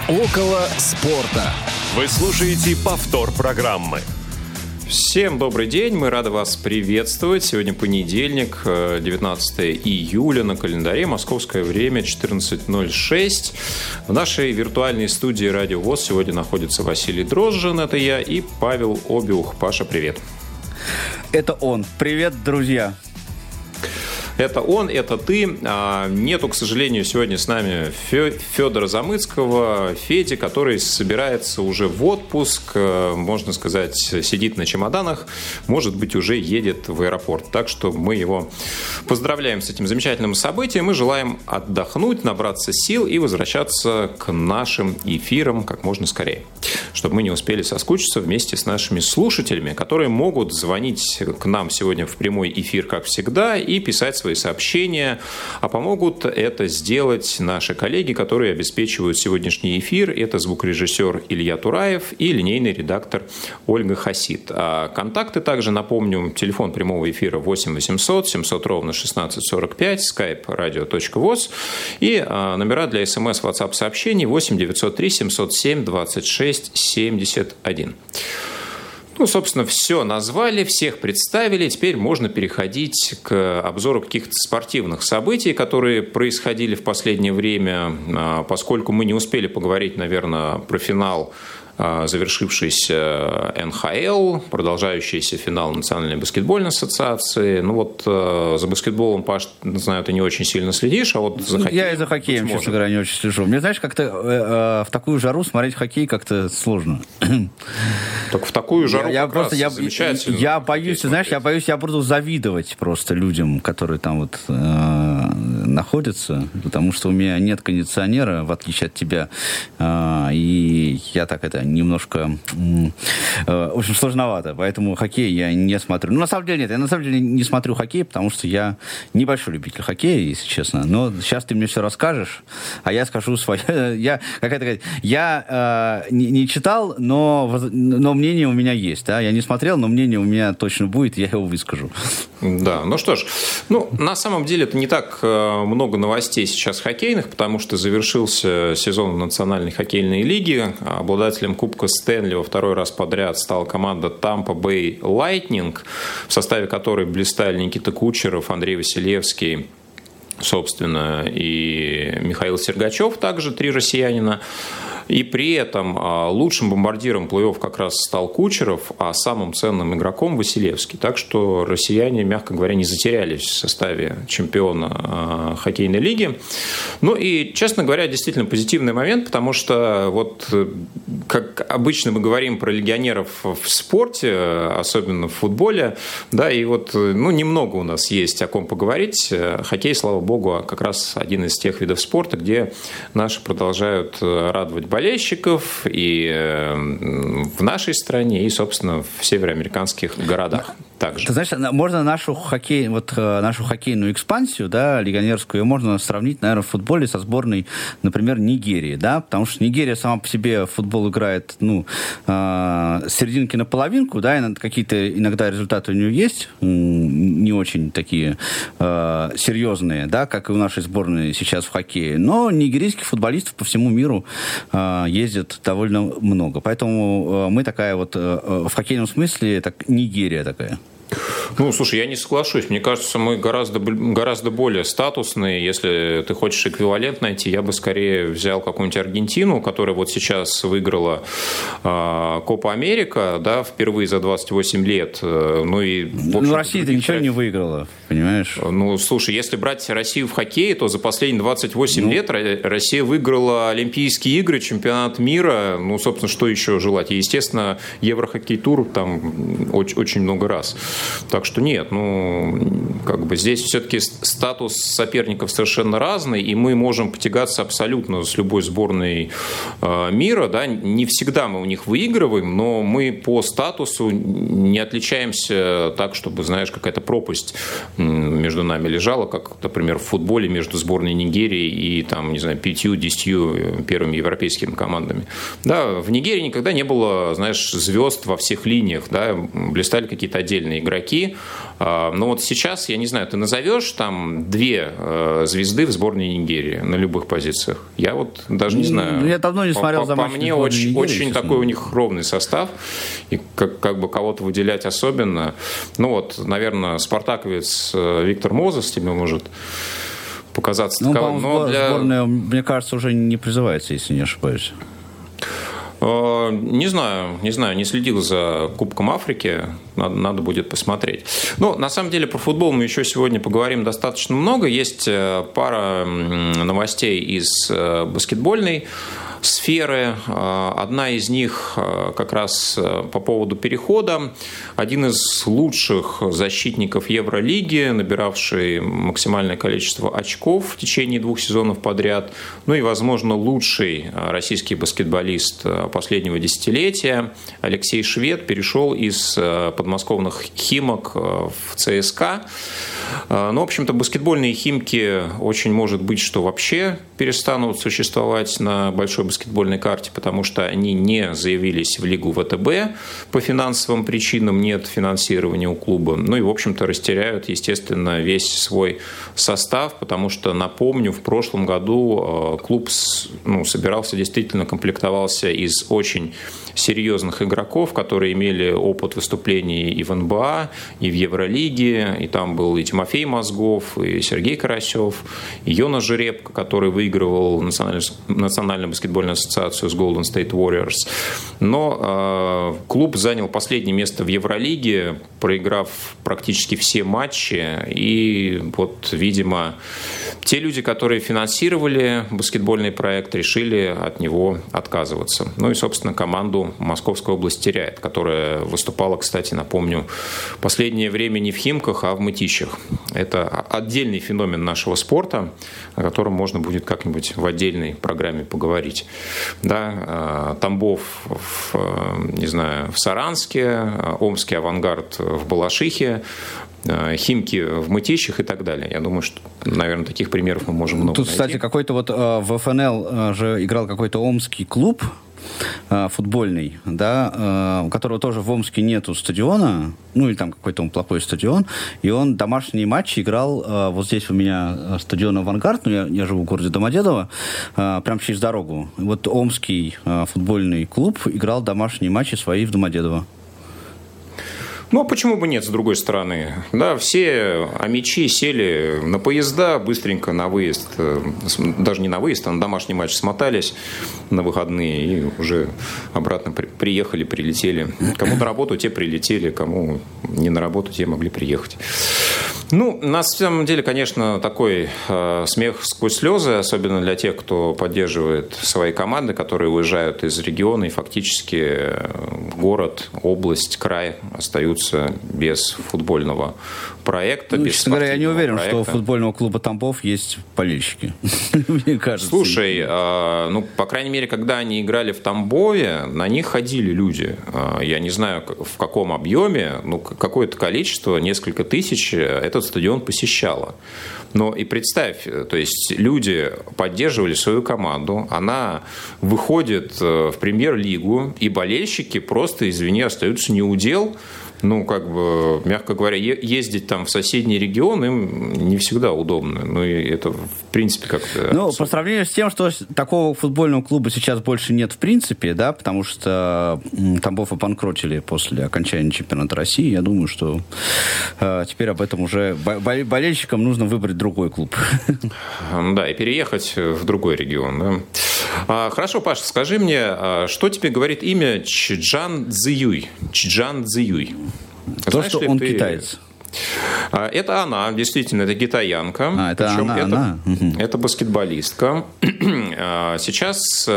Около спорта. Вы слушаете повтор программы. Всем добрый день, мы рады вас приветствовать. Сегодня понедельник, 19 июля, на календаре, московское время 14:06. В нашей виртуальной студии Радио ВОС сегодня находится Василий Дрожжин, это я, и Павел Обиух. Паша, привет. Это он. Привет, друзья. Это он, это ты. Нету, к сожалению, сегодня с нами Федора Замыцкого, Феди, который собирается уже в отпуск, можно сказать, сидит на чемоданах, может быть, уже едет в аэропорт. Так что мы его поздравляем с этим замечательным событием и желаем отдохнуть, набраться сил и возвращаться к нашим эфирам как можно скорее, чтобы мы не успели соскучиться вместе с нашими слушателями, которые могут звонить к нам сегодня в прямой эфир, как всегда, и писать свои сообщения, а помогут это сделать наши коллеги, которые обеспечивают сегодняшний эфир. Это звукорежиссер Илья Тураев и линейный редактор Ольга Хасид. А контакты также, напомню, телефон прямого эфира 8 800 700 ровно 1645, skype radio.voz и номера для смс, WhatsApp сообщений 8 903 707 26 71. Ну, собственно, все назвали, всех представили. Теперь можно переходить к обзору каких-то спортивных событий, которые происходили в последнее время, поскольку мы не успели поговорить, наверное, про финал завершившийся НХЛ, продолжающийся финал Национальной баскетбольной ассоциации. Ну вот за баскетболом, Паш, знаю, ты не очень сильно следишь, а вот за хоккеем... Я и за хоккеем, честно говоря, не очень слежу. Мне, знаешь, как-то в такую жару смотреть хоккей как-то сложно. Так в такую жару замечательно. Я боюсь, знаешь, я буду завидовать просто людям, которые там вот находятся, потому что у меня нет кондиционера, в отличие от тебя, и я так немножко, в общем, сложновато, поэтому хоккей я не смотрю. Ну, на самом деле нет, я на самом деле не смотрю хоккей, потому что я небольшой любитель хоккея, если честно, но сейчас ты мне все расскажешь, а я скажу свое. Я не читал, но мнение у меня есть, да, я не смотрел, но мнение у меня точно будет, я его выскажу. Да, ну что ж, на самом деле это не так много новостей сейчас хоккейных, потому что завершился сезон Национальной хоккейной лиги. Обладателем Кубка Стэнли во второй раз подряд стала команда Tampa Bay Lightning, в составе которой блистали Никита Кучеров, Андрей Василевский, собственно, и Михаил Сергачев, также три россиянина. И при этом лучшим бомбардиром плей-офф как раз стал Кучеров, а самым ценным игроком Василевский. Так что россияне, мягко говоря, не затерялись в составе чемпиона хоккейной лиги. Ну и, честно говоря, действительно позитивный момент, потому что вот как обычно мы говорим про легионеров в спорте, особенно в футболе, да, и вот немного у нас есть о ком поговорить. Хоккей, слава богу, как раз один из тех видов спорта, где наши продолжают радовать болельщиков и в нашей стране, и, собственно, в североамериканских городах также. Ты знаешь, можно нашу хоккейную экспансию, да, легионерскую, можно сравнить, наверное, в футболе со сборной, например, Нигерии, да, потому что Нигерия сама по себе в футбол играет, с серединки на половинку, да, и какие-то иногда результаты у нее есть, не очень такие серьезные, да, как и у нашей сборной сейчас в хоккее, но нигерийских футболистов по всему миру ездит довольно много. Поэтому мы такая вот в хоккейном смысле Нигерия такая. Слушай, я не соглашусь. Мне кажется, мы гораздо более статусные. Если ты хочешь эквивалент найти, я бы скорее взял какую-нибудь Аргентину, которая вот сейчас выиграла Копа Америка, да, впервые за 28 лет. Россия-то ничего не выиграла, понимаешь? Слушай, если брать Россию в хоккее, то за последние 28 лет Россия выиграла Олимпийские игры, чемпионат мира. Собственно, что еще желать? И, естественно, Еврохоккей-тур там очень много раз. Так что нет, здесь все-таки статус соперников совершенно разный, и мы можем потягаться абсолютно с любой сборной мира, да, не всегда мы у них выигрываем, но мы по статусу не отличаемся так, чтобы, знаешь, какая-то пропасть между нами лежала, как, например, в футболе между сборной Нигерии и, 5-10 первыми европейскими командами. Да, в Нигерии никогда не было, знаешь, звезд во всех линиях, да, блистали какие-то отдельные игроки, России. Но вот сейчас, я не знаю, ты назовешь там 2 звезды в сборной Нигерии на любых позициях? Я вот даже не знаю. Я давно не смотрел за матчем. По мне очень такой у них ровный состав. И как бы кого-то выделять особенно. Ну вот, наверное, спартаковец Виктор Мозес тебе может показаться таковым. Но сборная, мне кажется, уже не призывается, если не ошибаюсь. Не знаю, не следил за Кубком Африки, надо будет посмотреть. Но на самом деле про футбол мы еще сегодня поговорим достаточно много. Есть пара новостей из баскетбольной сферы. Одна из них как раз по поводу перехода. Один из лучших защитников Евролиги, набиравший максимальное количество очков в течение 2 сезонов подряд, ну и, возможно, лучший российский баскетболист последнего десятилетия Алексей Швед перешел из подмосковных Химок в ЦСКА. Ну, в общем-то, баскетбольные Химки очень может быть, что вообще перестанут существовать на большой баскетбольной карте, потому что они не заявились в Лигу ВТБ по финансовым причинам, нет финансирования у клуба. Ну и, в общем-то, растеряют, естественно, весь свой состав, потому что, напомню, в прошлом году клуб собирался, действительно комплектовался из очень серьезных игроков, которые имели опыт выступлений и в НБА, и в Евролиге, и там был и Тимофей Мозгов, и Сергей Карасев, и Йона Жеребко, который выигрывал Национальную баскетбольную ассоциацию с Golden State Warriors. Но клуб занял последнее место в Евролиге, проиграв практически все матчи, и вот, видимо, те люди, которые финансировали баскетбольный проект, решили от него отказываться. Ну и, собственно, команду Московская область теряет, которая выступала, кстати, напомню, последнее время не в Химках, а в Мытищах. Это отдельный феномен нашего спорта, о котором можно будет как-нибудь в отдельной программе поговорить. Да, Тамбов в Саранске, Омский Авангард в Балашихе, Химки в Мытищах и так далее. Я думаю, что, наверное, таких примеров мы можем много Тут, найти. кстати, какой-то вот в ФНЛ же играл какой-то омский клуб футбольный, да, у которого тоже в Омске нету стадиона, ну или там какой-то он плохой стадион, и он домашние матчи играл, вот здесь у меня стадион «Авангард», ну я живу в городе Домодедово, прям через дорогу. Вот омский футбольный клуб играл домашние матчи свои в Домодедово. Ну, а почему бы нет, с другой стороны? Да, все омичи сели на поезда, быстренько на выезд, даже не на выезд, а на домашний матч смотались на выходные и уже обратно приехали, прилетели. Кому на работу, те прилетели, кому не на работу, те могли приехать. Ну, на самом деле, конечно, такой смех сквозь слезы, особенно для тех, кто поддерживает свои команды, которые уезжают из региона, и фактически город, область, край остаются без футбольного проекта, без честно говоря, я не уверен, проекта. что у футбольного клуба Тамбов есть болельщики. Мне кажется. Слушай, по крайней мере, когда они играли в Тамбове, на них ходили люди. Я не знаю, в каком объеме, какое-то количество, несколько тысяч этот стадион посещало. Но и представь, то есть люди поддерживали свою команду, она выходит в премьер-лигу, и болельщики просто, извини, остаются неудел. Мягко говоря, ездить там в соседний регион им не всегда удобно. И это, в принципе, как-то... по сравнению с тем, что такого футбольного клуба сейчас больше нет в принципе, да, потому что Тамбов обанкротили после окончания чемпионата России, я думаю, что теперь об этом уже болельщикам нужно выбрать другой клуб. Да, и переехать в другой регион. Да. Хорошо, Паша, скажи мне, что тебе говорит имя Чжан Цзиюй? Чжан Цзиюй. То, что он китаец. Это она, действительно, это китаянка. Это причем она. Это баскетболистка. Сейчас,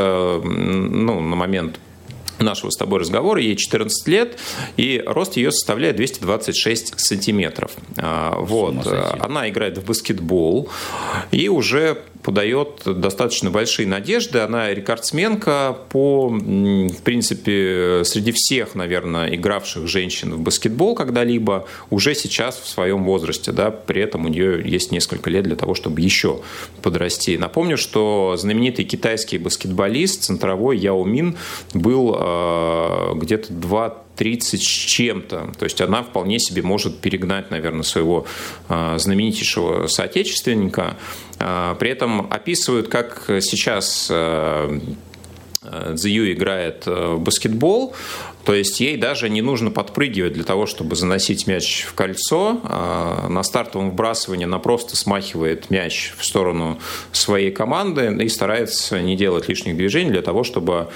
на момент нашего с тобой разговора, ей 14 лет, и рост ее составляет 226 сантиметров. Вот. Она играет в баскетбол и уже подает достаточно большие надежды. Она рекордсменка в принципе, среди всех, наверное, игравших женщин в баскетбол когда-либо, уже сейчас в своем возрасте. Да, при этом у нее есть несколько лет для того, чтобы еще подрасти. Напомню, что знаменитый китайский баскетболист, центровой Яо Мин, был где-то 30 с чем-то. То есть она вполне себе может перегнать, наверное, своего знаменитейшего соотечественника. При этом описывают, как сейчас Цзюй играет в баскетбол. То есть ей даже не нужно подпрыгивать для того, чтобы заносить мяч в кольцо. На стартовом вбрасывании она просто смахивает мяч в сторону своей команды и старается не делать лишних движений для того, чтобы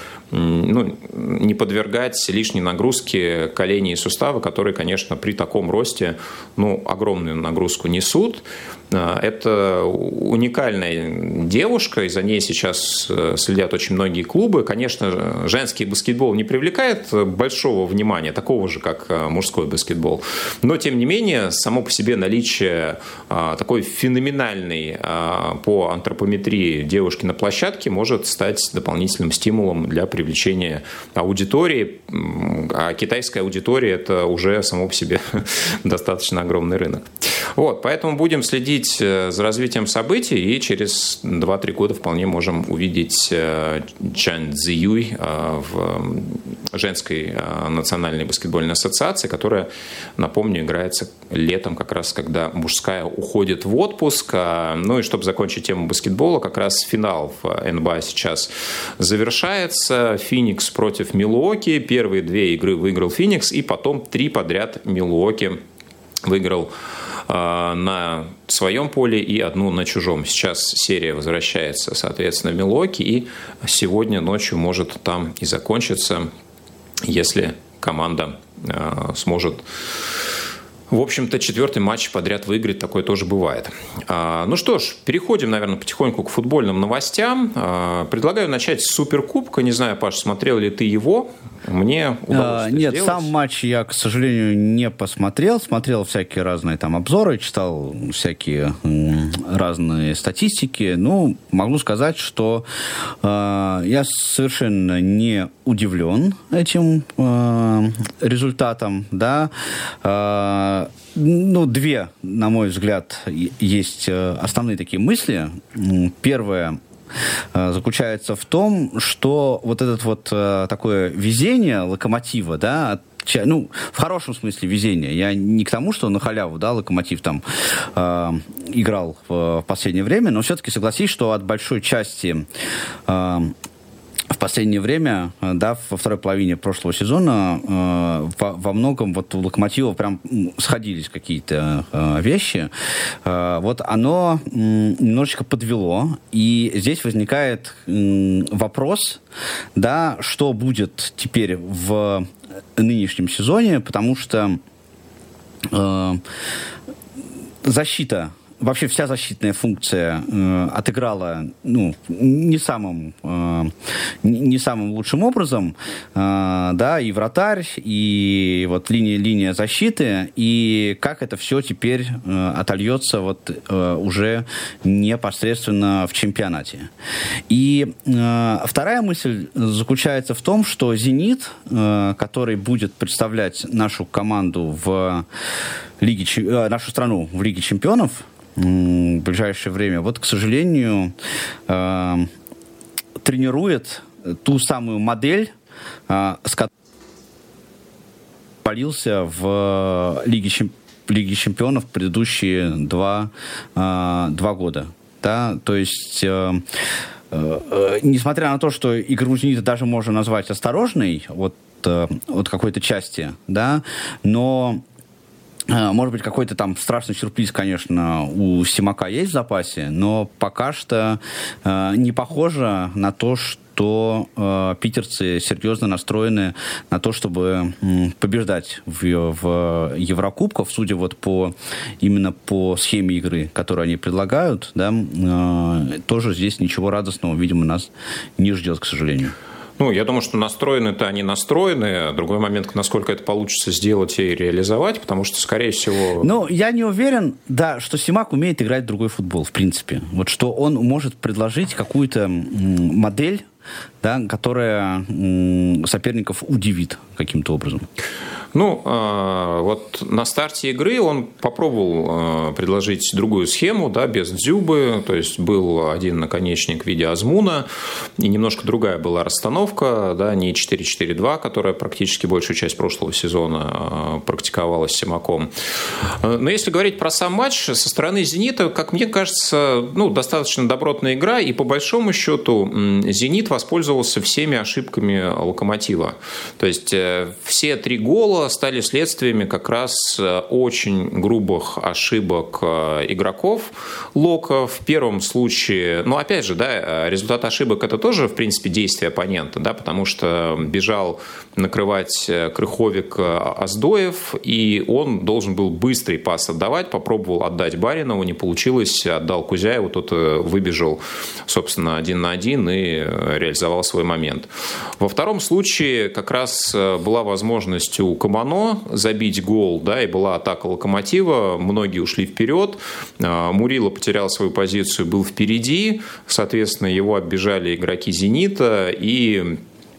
не подвергать лишней нагрузке колени и суставы, которые, конечно, при таком росте огромную нагрузку несут. Это уникальная девушка, и за ней сейчас следят очень многие клубы. Конечно, женский баскетбол не привлекает большого внимания, такого же, как мужской баскетбол. Но, тем не менее, само по себе наличие такой феноменальной по антропометрии девушки на площадке может стать дополнительным стимулом для привлечения аудитории. А китайская аудитория – это уже само по себе достаточно огромный рынок. Поэтому будем следить за развитием событий, и через 2-3 года вполне можем увидеть Чан Цзюй в женской национальной баскетбольной ассоциации, которая, напомню, играется летом, как раз когда мужская уходит в отпуск. И чтобы закончить тему баскетбола, как раз финал в НБА сейчас завершается. Феникс против Милуоки. Первые 2 игры выиграл Феникс, и потом 3 подряд Милуоки выиграл на своем поле и 1 на чужом. Сейчас серия возвращается, соответственно, в Милуоки, и сегодня ночью может там и закончиться, если команда сможет, в общем-то, 4-й матч подряд выиграть. Такое тоже бывает. Что ж, переходим, наверное, потихоньку к футбольным новостям. Предлагаю начать с Суперкубка. Не знаю, Паш, смотрел ли ты его? Мне удалось это Нет, сделать. сам матч я, к сожалению, не посмотрел. Смотрел всякие разные там обзоры, читал всякие разные статистики. Могу сказать, что я совершенно не удивлен этим результатом. Да. 2, на мой взгляд, есть основные такие мысли. Первое заключается в том, что вот это такое везение Локомотива, да, в хорошем смысле везение. Я не к тому, что на халяву, да, Локомотив там играл в последнее время, но все-таки согласись, что от большой части в последнее время, да, во второй половине прошлого сезона во многом у Локомотива прям сходились какие-то вещи. Оно немножечко подвело, и здесь возникает вопрос, да, что будет теперь в нынешнем сезоне, потому что защита, вообще вся защитная функция отыграла не самым лучшим образом, да, и вратарь, и линия защиты, и как это все теперь отольется уже непосредственно в чемпионате. И вторая мысль заключается в том, что «Зенит», который будет представлять нашу команду нашу страну в Лиге чемпионов в ближайшее время, к сожалению, тренирует ту самую модель, с которой полился в Лиге чемпионов предыдущие два года. Да? То есть, несмотря на то, что игру «Зенита» даже можно назвать осторожной от какой-то части, да, но может быть, какой-то там страшный сюрприз, конечно, у Симака есть в запасе, но пока что не похоже на то, что питерцы серьезно настроены на то, чтобы побеждать в Еврокубках, судя именно по схеме игры, которую они предлагают, да, тоже здесь ничего радостного, видимо, нас не ждет, к сожалению. Я думаю, что настроены-то они настроены. Другой момент, насколько это получится сделать и реализовать, потому что, скорее всего... я не уверен, да, что Симак умеет играть в другой футбол, в принципе. Что он может предложить какую-то модель, да, которая соперников удивит каким-то образом. Ну, вот на старте игры он попробовал предложить другую схему, да, без Дзюбы, то есть был один наконечник в виде Азмуна, и немножко другая была расстановка, да, не 4-4-2, которая практически большую часть прошлого сезона практиковалась Симаком. Но если говорить про сам матч, со стороны «Зенита», как мне кажется, ну, достаточно добротная игра, и по большому счету «Зенит» воспользовался всеми ошибками «Локомотива». То есть все 3 гола стали следствиями как раз очень грубых ошибок игроков Лока. В первом случае, ну, опять же, да, результат ошибок – это тоже, в принципе, действие оппонента, да, потому что бежал накрывать Крыховик Оздоев, и он должен был быстрый пас отдавать, попробовал отдать Баринову, не получилось, отдал Кузяеву, тот выбежал, собственно, 1 на 1 и реализовал свой момент. Во втором случае как раз была возможность у Камано забить гол, да, и была атака Локомотива, многие ушли вперед, Мурило потерял свою позицию, был впереди, соответственно, его оббежали игроки «Зенита», и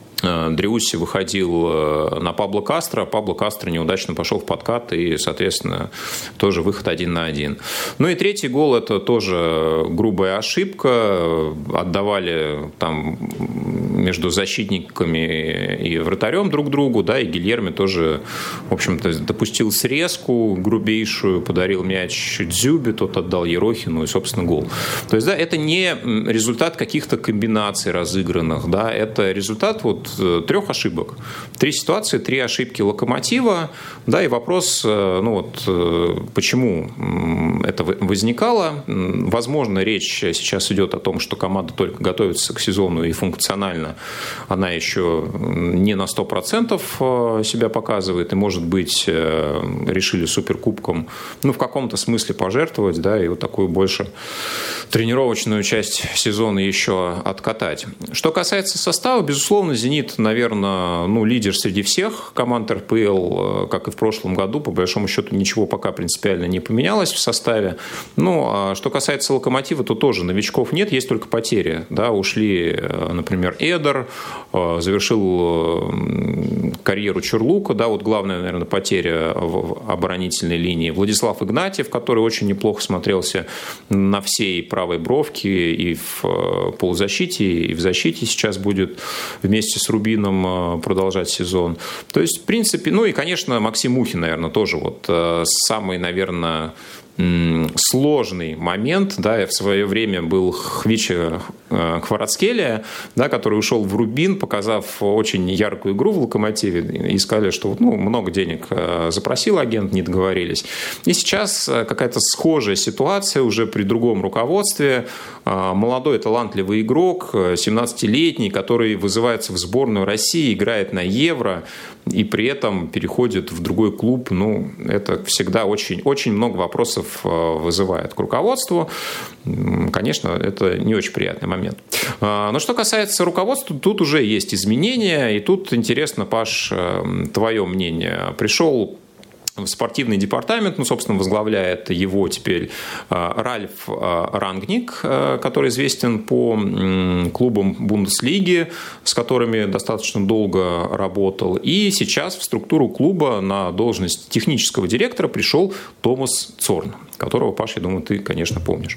Дриусси выходил на Пабло Кастро, Пабло Кастро неудачно пошел в подкат, и, соответственно, тоже выход 1 на 1. Ну и третий гол – это тоже грубая ошибка. Отдавали там между защитниками и вратарем друг другу, да, и Гильерми тоже, в общем-то, допустил срезку грубейшую, подарил мяч Дзюбе, тот отдал Ерохину, и, собственно, гол. То есть, да, это не результат каких-то комбинаций разыгранных, да, это результат вот 3 ошибок. 3 ситуации, 3 ошибки Локомотива. Да, и вопрос, ну вот, почему это возникало. Возможно, речь сейчас идет о том, что команда только готовится к сезону и функционально она еще не на 100% себя показывает. И, может быть, решили суперкубком, ну, в каком-то смысле пожертвовать, да, и вот такую больше тренировочную часть сезона еще откатать. Что касается состава, безусловно, «Зенит», наверное, ну, лидер среди всех команд РПЛ, как и в прошлом году. По большому счету ничего пока принципиально не поменялось в составе. Ну, а что касается «Локомотива», то тоже новичков нет, есть только потери. Да, ушли, например, Эдер, завершил карьеру Чурлука, да, вот главная, наверное, потеря в оборонительной линии. Владислав Игнатьев, который очень неплохо смотрелся на всей правой бровке и в полузащите, и в защите сейчас будет вместе с Рубином продолжать сезон. То есть, в принципе, ну и, конечно, Максим Мухин, наверное, тоже вот самый, наверное, сложный момент, да, в свое время был Хвича Кварацкелия, да, который ушел в Рубин, показав очень яркую игру в «Локомотиве», и сказали, что, ну, много денег запросил агент, не договорились. И сейчас какая-то схожая ситуация уже при другом руководстве. Молодой талантливый игрок, 17-летний, который вызывается в сборную России, играет на Евро и при этом переходит в другой клуб. Ну, это всегда очень, очень много вопросов вызывает к руководству. Конечно, это не очень приятный момент. Но что касается руководства, тут уже есть изменения. И тут интересно, Паш, твое мнение. Пришел в спортивный департамент, ну, собственно, возглавляет его теперь Ральф Рангник, который известен по клубам Бундеслиги, с которыми достаточно долго работал. И сейчас в структуру клуба на должность технического директора пришел Томас Цорн, которого, Паш, я думаю, ты, конечно, помнишь.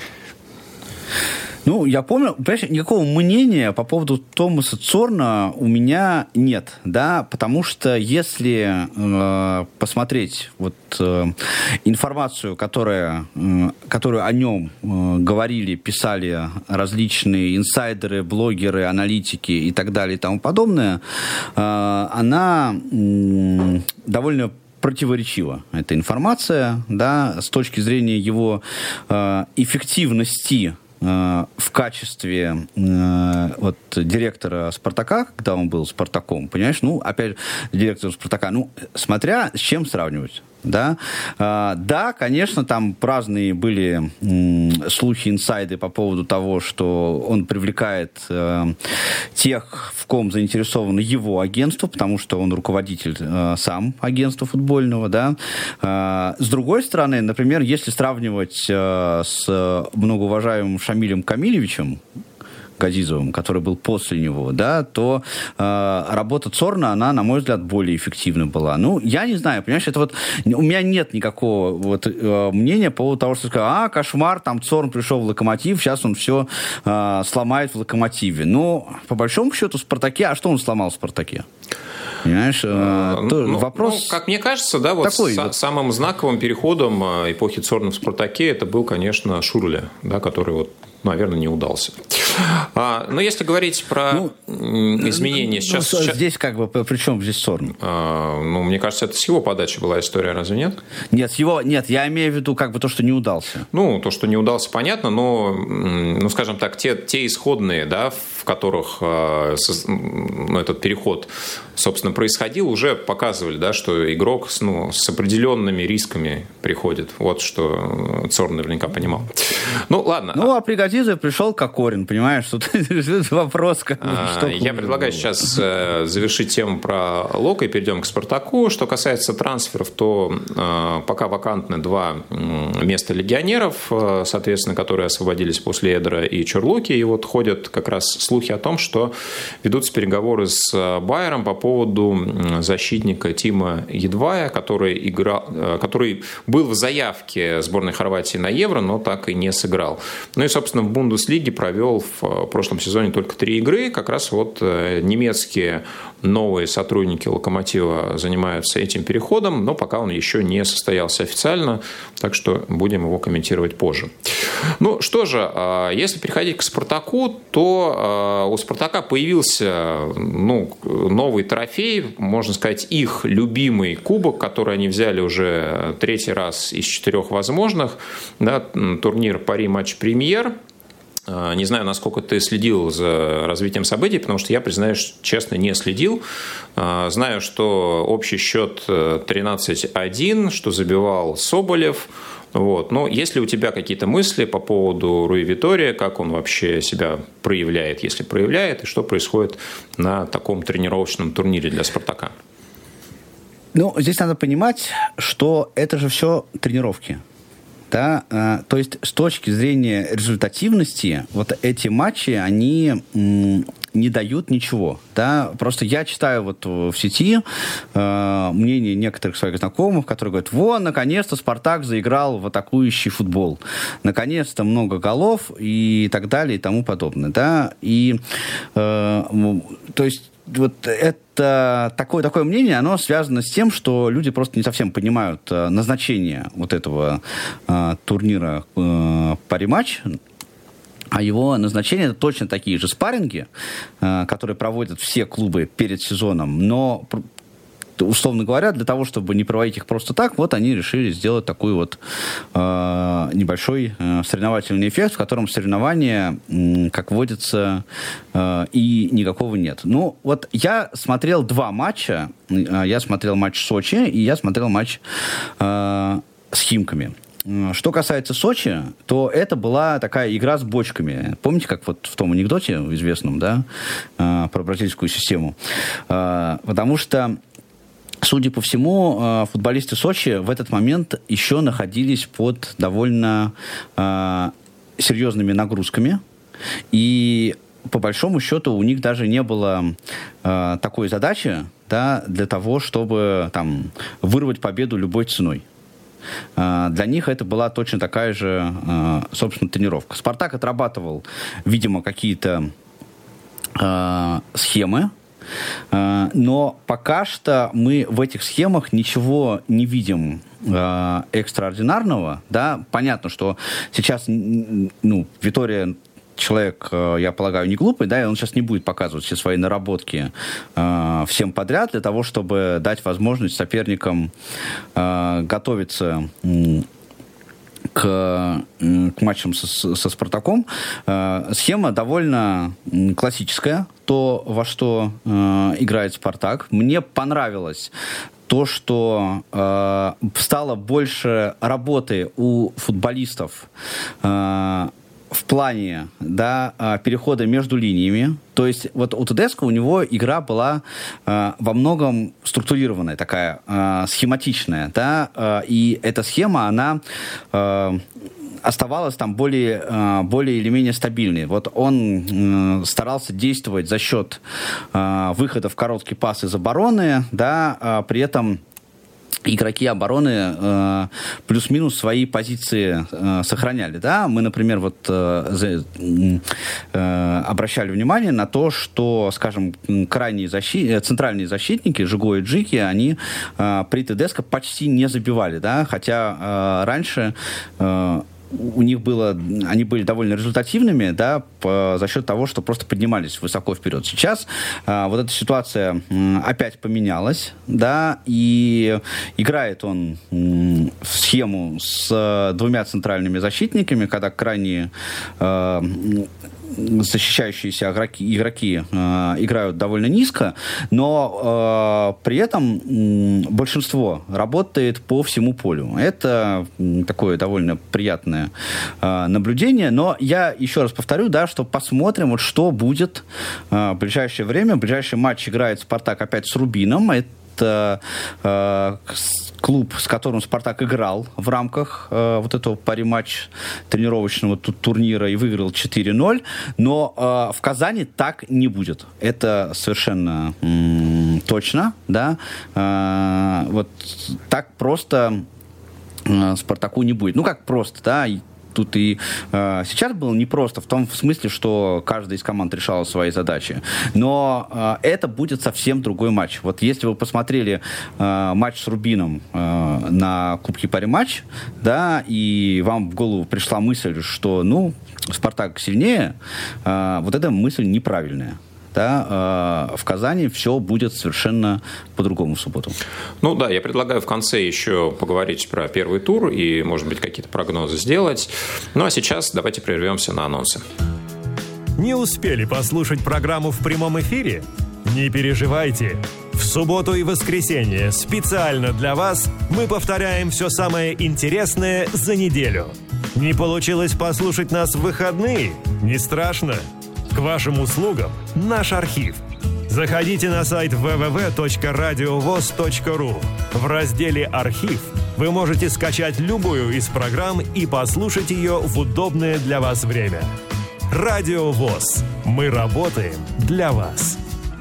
Ну, я помню, понимаешь, никакого мнения по поводу Томаса Цорна у меня нет, да, потому что если посмотреть вот информацию, которую о нем говорили, писали различные инсайдеры, блогеры, аналитики и так далее и тому подобное, она довольно противоречива, эта информация, да, с точки зрения его эффективности в качестве вот директора «Спартака», когда он был «Спартаком», понимаешь, ну, опять директор «Спартака», ну, смотря с чем сравнивать. Да? Да, конечно, там разные были слухи, инсайды по поводу того, что он привлекает тех, в ком заинтересовано его агентство, потому что он руководитель сам агентства футбольного. Да? С другой стороны, например, если сравнивать с многоуважаемым Шамилем Камилевичем, Газизовым, который был после него, да, то работа Цорна, она, на мой взгляд, более эффективна была. Ну, я не знаю, понимаешь, это вот у меня нет никакого вот мнения по поводу того, что сказать, кошмар, там Цорн пришел в Локомотив, сейчас он все сломает в Локомотиве. Ну, по большому счету, в Спартаке, а что он сломал в Спартаке? Понимаешь, вопрос... как мне кажется, да, вот самым знаковым переходом эпохи Цорна в Спартаке это был, конечно, Шурле, да, который вот, наверное, не удался. Но если говорить про изменения... Сейчас... Здесь как бы, при чем здесь Цорн? Мне кажется, это с его подачи была история, разве нет? Нет, я имею в виду как бы то, что не удался. Ну, то, что не удался, понятно, но, скажем так, те исходные, да, в которых этот переход, собственно, происходил, уже показывали, да, что игрок с определенными рисками приходит. Вот что Цорн наверняка понимал. Ну, ладно. А при Газизове пришел Кокорин, понимаешь? Тут вопрос. Я предлагаю сейчас завершить тему про Локо и перейдем к Спартаку. Что касается трансферов, то пока вакантны 2 места легионеров, соответственно, которые освободились после Эдера и Чорлуки. И вот ходят как раз слухи о том, что ведутся переговоры с Байером по поводу защитника Тима Едвая, который был в заявке сборной Хорватии на Евро, но так и не сыграл. Ну и, собственно, в Бундеслиге провел в прошлом сезоне только 3 игры. Как раз вот немецкие новые сотрудники «Локомотива» занимаются этим переходом, но пока он еще не состоялся официально, так что будем его комментировать позже. Ну что же, если переходить к «Спартаку», то у «Спартака» появился новый трофей, можно сказать, их любимый кубок, который они взяли уже 3-й раз из 4 возможных, да, турнир «Пари Матч Премьер». Не знаю, насколько ты следил за развитием событий, потому что я, признаюсь, честно, не следил. Знаю, что общий счет 13-1, что забивал Соболев. Вот. Но есть ли у тебя какие-то мысли по поводу Руи Витория, как он вообще себя проявляет, если проявляет, и что происходит на таком тренировочном турнире для «Спартака»? Здесь надо понимать, что это же все тренировки. Да, то есть с точки зрения результативности вот эти матчи, они не дают ничего. Да? Просто я читаю вот в сети мнение некоторых своих знакомых, которые говорят, наконец-то «Спартак» заиграл в атакующий футбол. Наконец-то много голов и так далее и тому подобное. Да? И то есть вот это такое мнение, оно связано с тем, что люди просто не совсем понимают назначение вот этого турнира «Пари-матч». А его назначение – это точно такие же спарринги, которые проводят все клубы перед сезоном, но, условно говоря, для того, чтобы не проводить их просто так, вот они решили сделать такой вот небольшой соревновательный эффект, в котором соревнования, как водится, и никакого нет. Вот я смотрел 2 матча. Я смотрел матч Сочи, и я смотрел матч с Химками. Что касается Сочи, то это была такая игра с бочками. Помните, как вот в том анекдоте известном, да, про бразильскую систему? Потому что, судя по всему, футболисты Сочи в этот момент еще находились под довольно серьезными нагрузками. И, по большому счету, у них даже не было такой задачи, да, для того, чтобы там вырвать победу любой ценой. Для них это была точно такая же, собственно, тренировка. «Спартак» отрабатывал, видимо, какие-то схемы, но пока что мы в этих схемах ничего не видим экстраординарного. Да? Понятно, что сейчас Витория человек, я полагаю, не глупый, да, и он сейчас не будет показывать все свои наработки всем подряд для того, чтобы дать возможность соперникам готовиться к матчам со «Спартаком». Схема довольно классическая, то, во что играет «Спартак». Мне понравилось то, что стало больше работы у футболистов в плане, да, перехода между линиями. То есть вот у Тедеско у него игра была во многом структурированная, такая схематичная, да, и эта схема, она оставалась там более или менее стабильной. Вот он старался действовать за счет выхода в короткий пас из обороны, да, при этом игроки обороны плюс-минус свои позиции сохраняли. Да? Мы, например, вот обращали внимание на то, что, скажем, центральные защитники Жиго и Джики, они при ТДСК почти не забивали, да? Хотя раньше они были довольно результативными, да, за счет того, что просто поднимались высоко вперед. Сейчас вот эта ситуация опять поменялась, да, и играет он в схему с двумя центральными защитниками, когда крайние защищающиеся игроки играют довольно низко, но при этом большинство работает по всему полю. Это такое довольно приятное наблюдение, но я еще раз повторю, да, что посмотрим, вот что будет в ближайшее время. В ближайший матч играет «Спартак» опять с «Рубином». Это клуб, с которым «Спартак» играл в рамках вот этого пари-матч тренировочного турнира и выиграл 4-0. Но в Казани так не будет. Это совершенно точно. Да? Вот так просто «Спартаку» не будет. Ну, как просто, да? Тут и сейчас было непросто в том смысле, что каждая из команд решала свои задачи. Но это будет совсем другой матч. Вот если вы посмотрели матч с «Рубином» на Кубке Пари-матч, да, и вам в голову пришла мысль, что, ну, «Спартак» сильнее, вот эта мысль неправильная. Да, в Казани все будет совершенно по-другому в субботу. Ну да, я предлагаю в конце еще поговорить про первый тур и, может быть, какие-то прогнозы сделать. Ну а сейчас давайте прервемся на анонсы. Не успели послушать программу в прямом эфире? Не переживайте. В субботу и воскресенье специально для вас мы повторяем все самое интересное за неделю. Не получилось послушать нас в выходные? Не страшно. К вашим услугам наш архив. Заходите на сайт www.radiovoz.ru. В разделе «Архив» вы можете скачать любую из программ и послушать ее в удобное для вас время. Радио ВОЗ. Мы работаем для вас.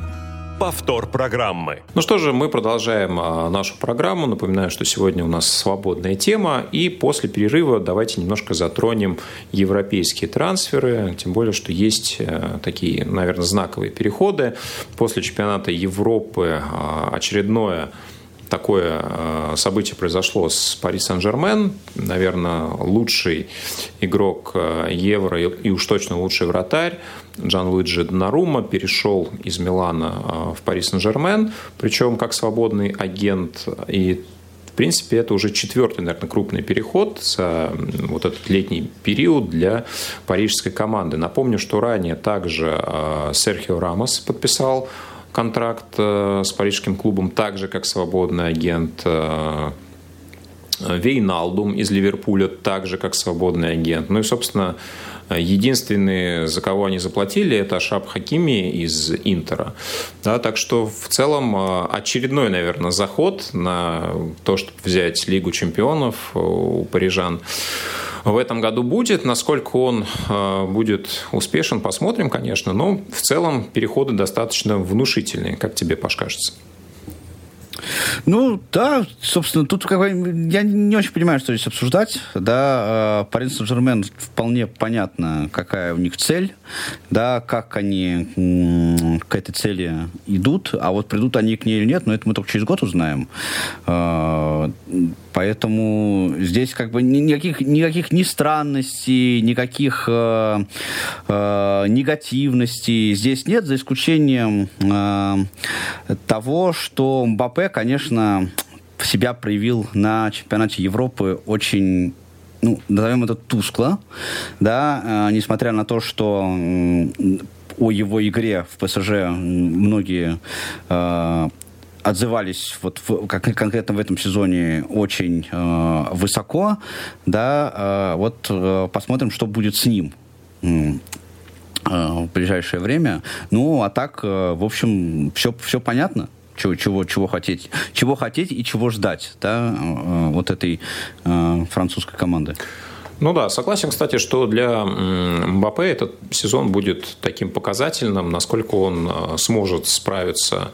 Повтор программы. Ну что же, мы продолжаем нашу программу. Напоминаю, что сегодня у нас свободная тема. И после перерыва давайте немножко затронем европейские трансферы. Тем более, что есть такие, наверное, знаковые переходы. После чемпионата Европы очередное такое событие произошло с Пари Сен-Жермен. Наверное, лучший игрок Евро и уж точно лучший вратарь Джанлуиджи Донарума перешел из Милана в Пари Сен-Жермен, причем как свободный агент. И, в принципе, это уже четвертый, наверное, крупный переход за вот этот летний период для парижской команды. Напомню, что ранее также Серхио Рамос подписал контракт с парижским клубом, так же, как свободный агент. Вейналдум из Ливерпуля, так же, как свободный агент. Ну и, собственно, единственный, за кого они заплатили, это Ашраф Хакими из Интера. Да, так что, в целом, очередной, наверное, заход на то, чтобы взять Лигу чемпионов у парижан в этом году будет. Насколько он будет успешен, посмотрим, конечно. Но в целом переходы достаточно внушительные. Как тебе, Паш, кажется? Ну, да, собственно, тут я не очень понимаю, что здесь обсуждать. Да, Пари Сен-Жермен вполне понятно, какая у них цель, да, как они к этой цели идут, а вот придут они к ней или нет, но это мы только через год узнаем. Поэтому здесь как бы никаких ни странностей, никаких негативностей здесь нет, за исключением того, что Мбаппе, конечно, себя проявил на чемпионате Европы очень, ну, назовем это тускло, да, несмотря на то, что о его игре в ПСЖ многие отзывались вот конкретно в этом сезоне очень высоко, да, вот посмотрим, что будет с ним в ближайшее время. Ну, а так, в общем, все понятно. Чего хотеть и чего ждать, да, вот этой французской команды. Ну да, согласен, кстати, что для Мбаппе этот сезон будет таким показательным, насколько он сможет справиться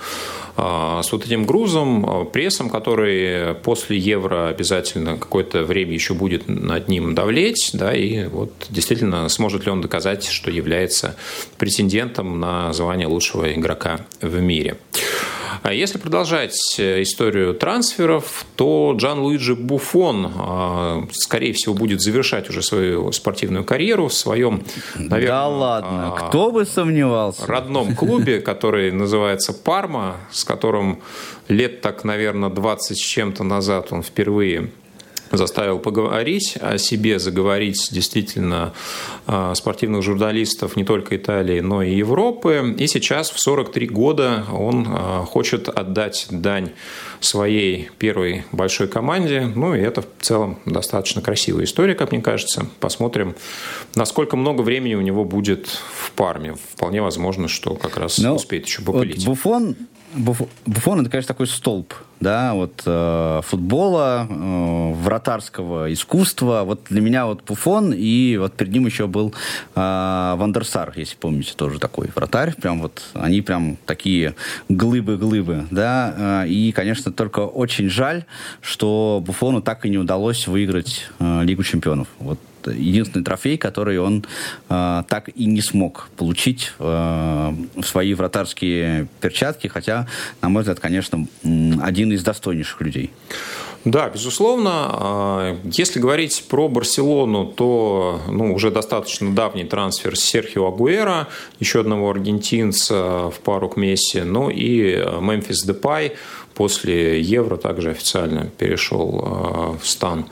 с вот этим грузом, прессом, который после Евро обязательно какое-то время еще будет над ним давлеть, да, и вот действительно сможет ли он доказать, что является претендентом на звание лучшего игрока в мире. Если продолжать историю трансферов, то Джанлуиджи Буффон, скорее всего, будет завершать уже свою спортивную карьеру в своем, наверное, да ладно, кто бы сомневался, родном клубе, который называется «Парма», с которым лет так, наверное, 20 с чем-то назад он впервые заставил поговорить о себе, заговорить действительно спортивных журналистов не только Италии, но и Европы. И сейчас в 43 года он хочет отдать дань своей первой большой команде. Ну и это в целом достаточно красивая история, как мне кажется. Посмотрим, насколько много времени у него будет в Парме. Вполне возможно, что как раз успеет еще попылить. Вот Буффон это, конечно, такой столб, да, вот футбола, вратарского искусства. Вот для меня вот Буффон, и вот перед ним еще был Ван дер Сар, если помните, тоже такой вратарь. Прям вот они прям такие глыбы, да. И, конечно, только очень жаль, что Буффону так и не удалось выиграть Лигу чемпионов. Вот единственный трофей, который он так и не смог получить в свои вратарские перчатки, хотя, на мой взгляд, конечно, один из достойнейших людей. Да, безусловно. Если говорить про Барселону, то уже достаточно давний трансфер Серхио Агуэро, еще одного аргентинца в пару к Месси, ну и Мемфис Депай после Евро также официально перешел в стан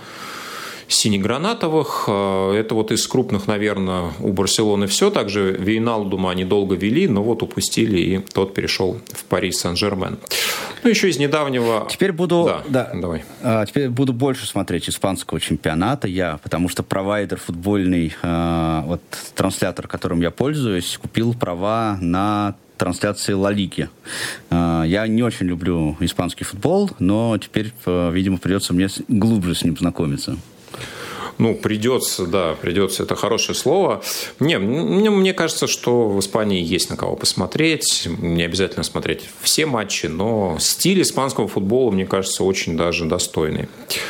синегранатовых. Это вот из крупных, наверное, у Барселоны все. Также Вейналдума они долго вели, но вот упустили, и тот перешел в Пари Сен-Жермен. Ну, еще из недавнего... Теперь буду, давай. Теперь буду больше смотреть испанского чемпионата, потому что провайдер футбольный, вот транслятор, которым я пользуюсь, купил права на трансляции Ла Лиги. Я не очень люблю испанский футбол, но теперь, видимо, придется мне глубже с ним знакомиться. Придется, это хорошее слово. Мне кажется, что в Испании есть на кого посмотреть. Не обязательно смотреть все матчи, но стиль испанского футбола, мне кажется, очень даже достойный.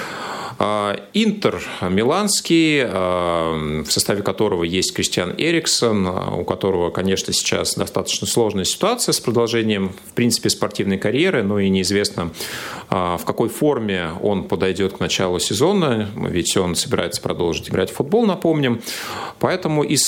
Интер миланский, в составе которого есть Кристиан Эриксон, у которого, конечно, сейчас достаточно сложная ситуация с продолжением, в принципе, спортивной карьеры, но и неизвестно, в какой форме он подойдет к началу сезона, ведь он собирается продолжить играть в футбол, напомним. Поэтому из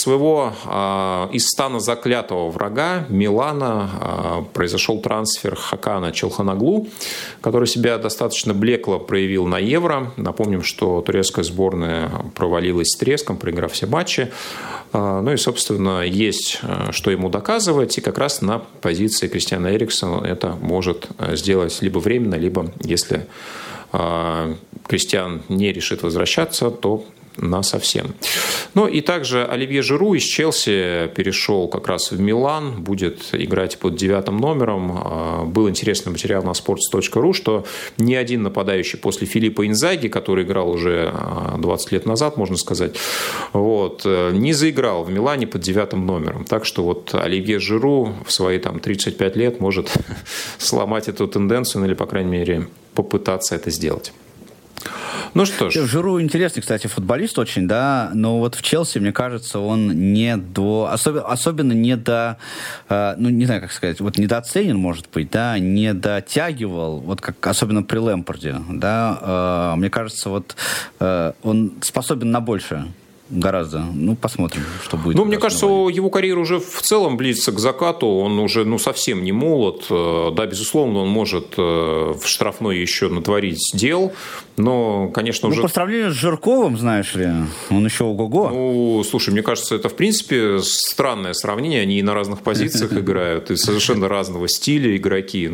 стана заклятого врага Милана произошел трансфер Хакана Çalhanoğlu, который себя достаточно блекло проявил на Евро. Напомним, что турецкая сборная провалилась с треском, проиграв все матчи. Ну и, собственно, есть что ему доказывать. И как раз на позиции Кристиана Эриксона это может сделать либо временно, либо, если Кристиан не решит возвращаться, то насовсем. Ну и также Оливье Жиру из Челси перешел как раз в Милан, будет играть под 9 номером. Был интересный материал на sports.ru, что ни один нападающий после Филиппо Инзаги, который играл уже 20 лет назад, можно сказать, не заиграл в Милане под 9 номером. Так что вот Оливье Жиру в свои 35 лет может сломать эту тенденцию, или, по крайней мере, попытаться это сделать. Ну что ж. Жиру интересный, кстати, футболист очень, да, но вот в Челси, мне кажется, он особенно не не знаю, как сказать, вот недооценен, может быть, да, не дотягивал, вот как особенно при Лэмпарде, да, мне кажется, вот он способен на большее. Гораздо. Посмотрим, что будет. Мне кажется, его карьера уже в целом близится к закату. Он уже совсем не молод. Да, безусловно, он может в штрафной еще натворить дел. Но, конечно, уже... по сравнению с Жирковым, знаешь ли, он еще ого-го. Слушай, мне кажется, это, в принципе, странное сравнение. Они и на разных позициях играют, и совершенно разного стиля игроки.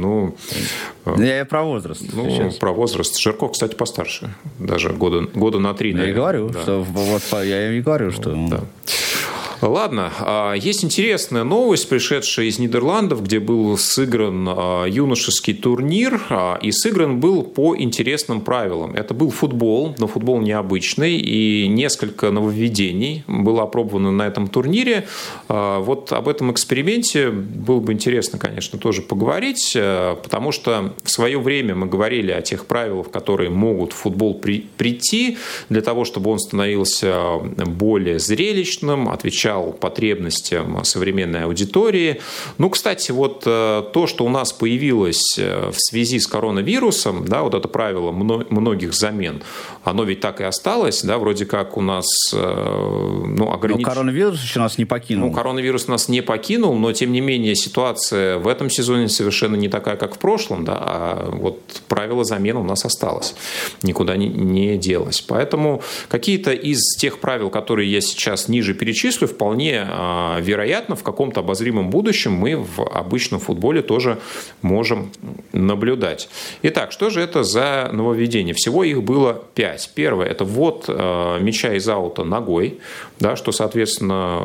Я про возраст. Про возраст. Жирков, кстати, постарше. Даже года на 3. Я и говорю, что... Я и говорю, что... Да. Ладно, есть интересная новость, пришедшая из Нидерландов, где был сыгран юношеский турнир, и сыгран был по интересным правилам. Это был футбол, но футбол необычный, и несколько нововведений было опробовано на этом турнире. Вот об этом эксперименте было бы интересно, конечно, тоже поговорить, потому что в свое время мы говорили о тех правилах, которые могут в футбол прийти для того, чтобы он становился более зрелищным, отвечал потребностям современной аудитории. Ну, кстати, вот то, что у нас появилось в связи с коронавирусом, да, вот это правило многих замен, оно ведь так и осталось, да, вроде как у нас ограничено. Но коронавирус еще нас не покинул. Ну, коронавирус нас не покинул, но, тем не менее, ситуация в этом сезоне совершенно не такая, как в прошлом, да, а вот правило замены у нас осталось, никуда не делось. Поэтому какие-то из тех правил, которые я сейчас ниже перечислю, вполне вероятно, в каком-то обозримом будущем мы в обычном футболе тоже можем наблюдать. Итак, что же это за нововведение? Всего их было 5. Первое – это ввод мяча из аута ногой, да, что, соответственно,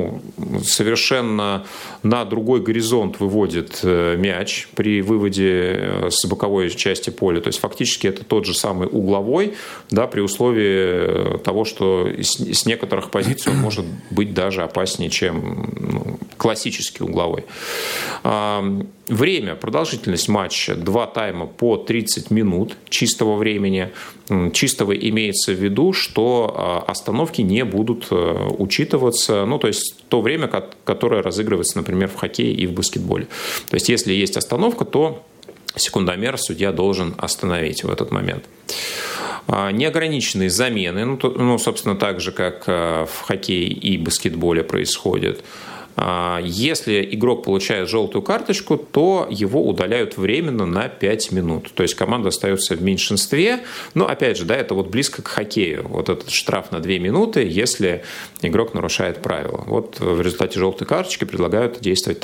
совершенно на другой горизонт выводит мяч при выводе с боковой части поля. То есть, фактически, это тот же самый угловой, да, при условии того, что с некоторых позиций он может быть даже опаснее, чем классический угловой. Время, продолжительность матча 2 тайма по 30 минут чистого времени. Чистого имеется в виду, что остановки не будут учитываться, то есть то время, которое разыгрывается, например, в хоккее и в баскетболе. То есть если есть остановка, то секундомер судья должен остановить в этот момент. Неограниченные замены, собственно, так же, как в хоккее и баскетболе происходит. Если игрок получает желтую карточку, то его удаляют временно на 5 минут. То есть команда остается в меньшинстве. Но, опять же, да, это вот близко к хоккею. Вот этот штраф на 2 минуты, если игрок нарушает правила. Вот в результате желтой карточки предлагают действовать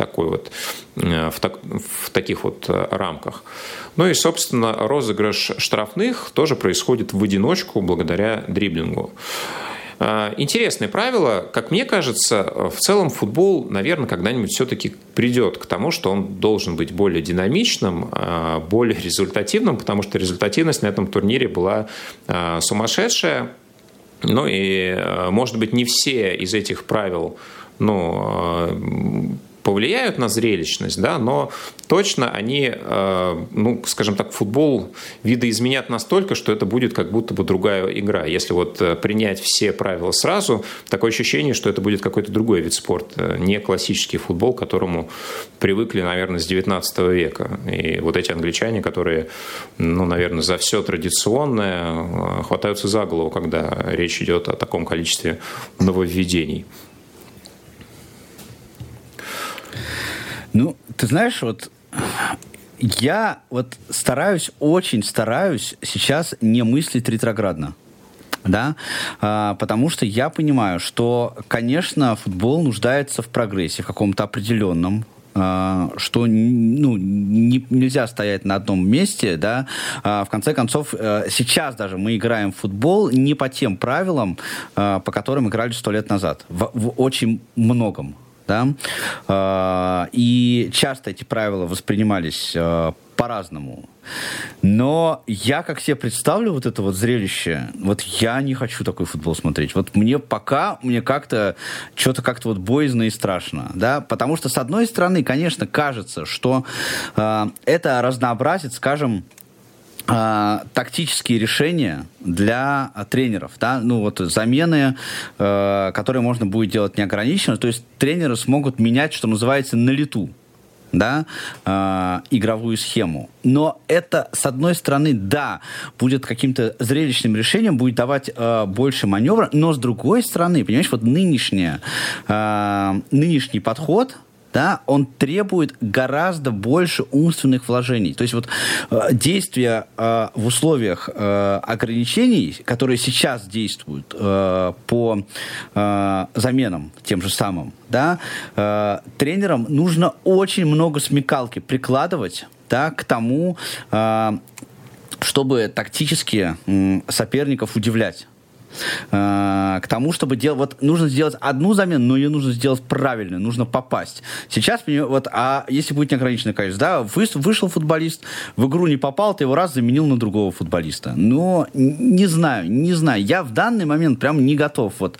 в таких вот рамках. Ну и, собственно, розыгрыш штрафных тоже происходит в одиночку благодаря дриблингу. Интересные правила. Как мне кажется, в целом футбол, наверное, когда-нибудь все-таки придет к тому, что он должен быть более динамичным, более результативным, потому что результативность на этом турнире была сумасшедшая. Ну и, может быть, не все из этих правил, повлияют на зрелищность, да, но точно они, скажем так, футбол видоизменят настолько, что это будет как будто бы другая игра. Если вот принять все правила сразу, такое ощущение, что это будет какой-то другой вид спорта, не классический футбол, к которому привыкли, наверное, с 19 века. И вот эти англичане, которые, наверное, за все традиционное хватаются за голову, когда речь идет о таком количестве нововведений. Ты знаешь, я очень стараюсь сейчас не мыслить ретроградно. Да? Потому что я понимаю, что, конечно, футбол нуждается в прогрессе, в каком-то определенном, что нельзя стоять на одном месте, да. В конце концов, сейчас даже мы играем в футбол не по тем правилам, по которым играли 100 лет назад, в очень многом. Да? И часто эти правила воспринимались по-разному. Но я, как себе представлю вот это вот зрелище, я не хочу такой футбол смотреть. Мне как-то что-то как-то боязно и страшно. Да? Потому что, с одной стороны, конечно, кажется, что это разнообразит, скажем, тактические решения для тренеров, да, замены, которые можно будет делать неограниченно, то есть тренеры смогут менять, что называется, на лету, да, игровую схему. Но это, с одной стороны, да, будет каким-то зрелищным решением, будет давать больше маневра, но с другой стороны, понимаешь, нынешний подход, да, он требует гораздо больше умственных вложений. То есть действия в условиях ограничений, которые сейчас действуют по заменам тем же самым, да, тренерам нужно очень много смекалки прикладывать, да, к тому, чтобы тактически соперников удивлять. к тому, чтобы делать... Вот нужно сделать одну замену, но ее нужно сделать правильно, нужно попасть. Сейчас, вот, а если будет неограниченное количество, да, вышел футболист, в игру не попал, ты его раз заменил на другого футболиста. Но не знаю. Я в данный момент прям не готов вот,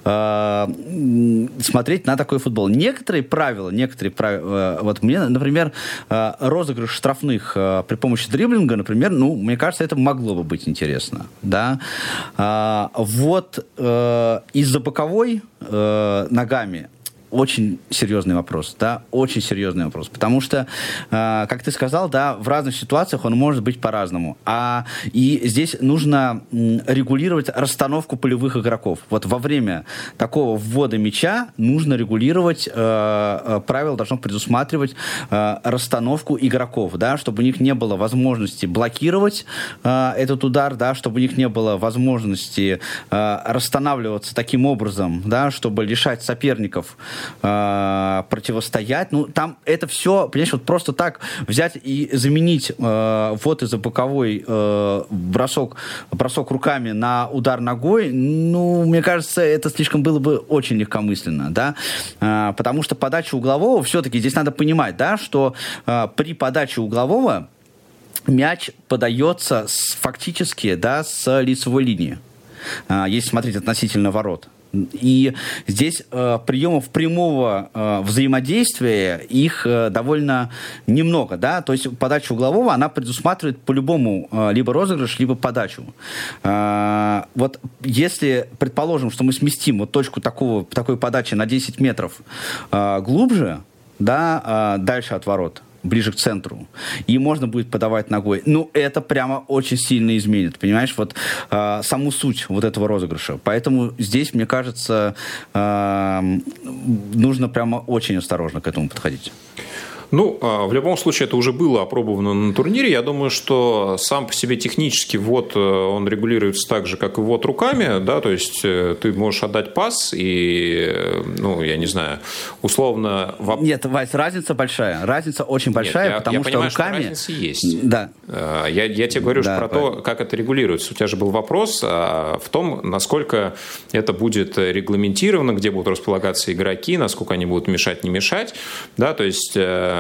смотреть на такой футбол. Некоторые правила, вот мне, например, розыгрыш штрафных при помощи дриблинга, например, ну, мне кажется, это могло бы быть интересно, да. Вот из-за боковой ногами очень серьезный вопрос, да, очень серьезный вопрос, потому что, как ты сказал, да, в разных ситуациях он может быть по-разному, и здесь нужно регулировать расстановку полевых игроков. Вот во время такого ввода мяча нужно регулировать, правила должно предусматривать расстановку игроков, да, чтобы у них не было возможности блокировать этот удар, да, чтобы у них не было возможности расстанавливаться таким образом, да, чтобы лишать соперников противостоять. Ну, там это все, понимаешь, вот просто так взять и заменить вот из-за боковой бросок руками на удар ногой, ну, мне кажется, это слишком было бы очень легкомысленно, да, потому что подача углового, все-таки здесь надо понимать, да, что при подаче углового мяч подается фактически, да, с лицевой линии, если смотреть относительно ворот. И здесь приемов прямого взаимодействия их довольно немного, да, то есть подача углового, она предусматривает по-любому либо розыгрыш, либо подачу. Вот если, предположим, что мы сместим вот точку такой подачи на 10 метров глубже, да, дальше от ворот, ближе к центру, и можно будет подавать ногой. Ну, это прямо очень сильно изменит, понимаешь, вот саму суть вот этого розыгрыша. Поэтому здесь, мне кажется, нужно прямо очень осторожно к этому подходить. Ну, в любом случае, это уже было опробовано на турнире. Я думаю, что сам по себе технически ввод, он регулируется так же, как и ввод руками, да, то есть ты можешь отдать пас и, ну, я не знаю, условно... Нет, Вась, разница большая, разница очень большая, Нет, потому я что понимаю, руками... что разница есть. Да. Я тебе говорю да, про то, как это регулируется. У тебя же был вопрос в том, насколько это будет регламентировано, где будут располагаться игроки, насколько они будут мешать, не мешать, да, то есть...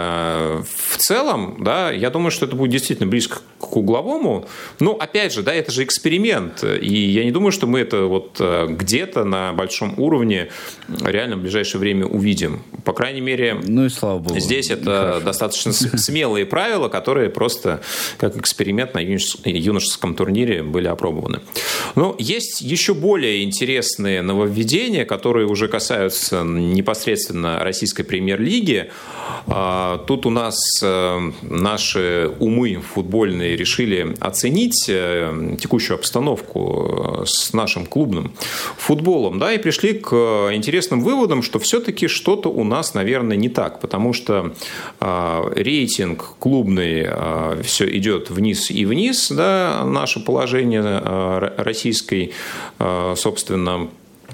В целом, да, я думаю, что это будет действительно близко к угловому. Но, опять же, да, это же эксперимент. И я не думаю, что мы это вот где-то на большом уровне реально в ближайшее время увидим. По крайней мере, ну и слава богу. Здесь это достаточно смелые правила, которые просто как эксперимент на юношеском турнире были опробованы. Но есть еще более интересные нововведения, которые уже касаются непосредственно российской премьер-лиги. Тут у нас наши умы футбольные решили оценить текущую обстановку с нашим клубным футболом, да, и пришли к интересным выводам, что все-таки что-то у нас, наверное, не так, потому что рейтинг клубный все идет вниз и вниз, да, наше положение российской, собственно,